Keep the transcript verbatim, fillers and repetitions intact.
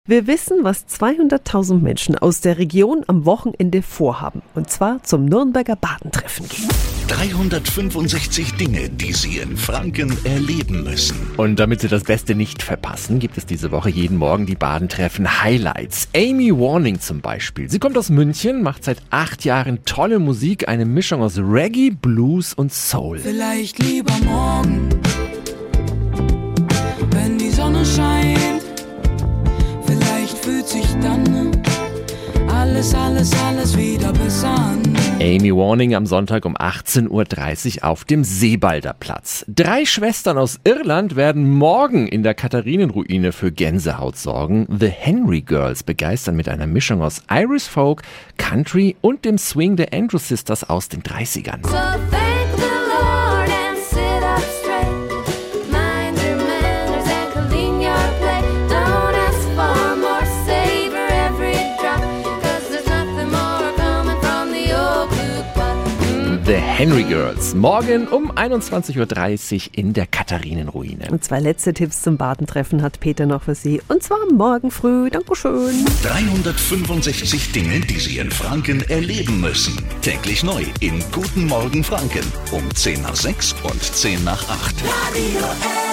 Wir wissen, was zweihunderttausend Menschen aus der Region am Wochenende vorhaben. Und zwar zum Nürnberger Badentreffen gehen. dreihundertfünfundsechzig Dinge, die Sie in Franken erleben müssen. Und damit Sie das Beste nicht verpassen, gibt es diese Woche jeden Morgen die Badentreffen-Highlights. Amy Warning zum Beispiel. Sie kommt aus München, macht seit acht Jahren tolle Musik, eine Mischung aus Reggae, Blues und Soul. Vielleicht lieber morgen, wenn die Sonne scheint. Vielleicht fühlt sich dann alles, alles, alles wieder besser an. Amy Warning am Sonntag um achtzehn Uhr dreißig auf dem Seebalder Platz. Drei Schwestern aus Irland werden morgen in der Katharinenruine für Gänsehaut sorgen. The Henry Girls begeistern mit einer Mischung aus Irish Folk, Country und dem Swing der Andrews Sisters aus den dreißigern. So thank the Lord and sit up straight. Mind your manners and clean your plate. Don't ask for more, savor every drop. Cause there's nothing more coming from the old blue pot. The Henry Girls. Morgen um einundzwanzig Uhr dreißig in der Katharinenruine. Und zwei letzte Tipps zum Badentreffen hat Peter noch für Sie. Und zwar morgen früh. Dankeschön. dreihundertfünfundsechzig Dinge, die Sie in Franken erleben müssen. Täglich neu in Guten Morgen Franken um zehn nach sechs und zehn nach acht. Radio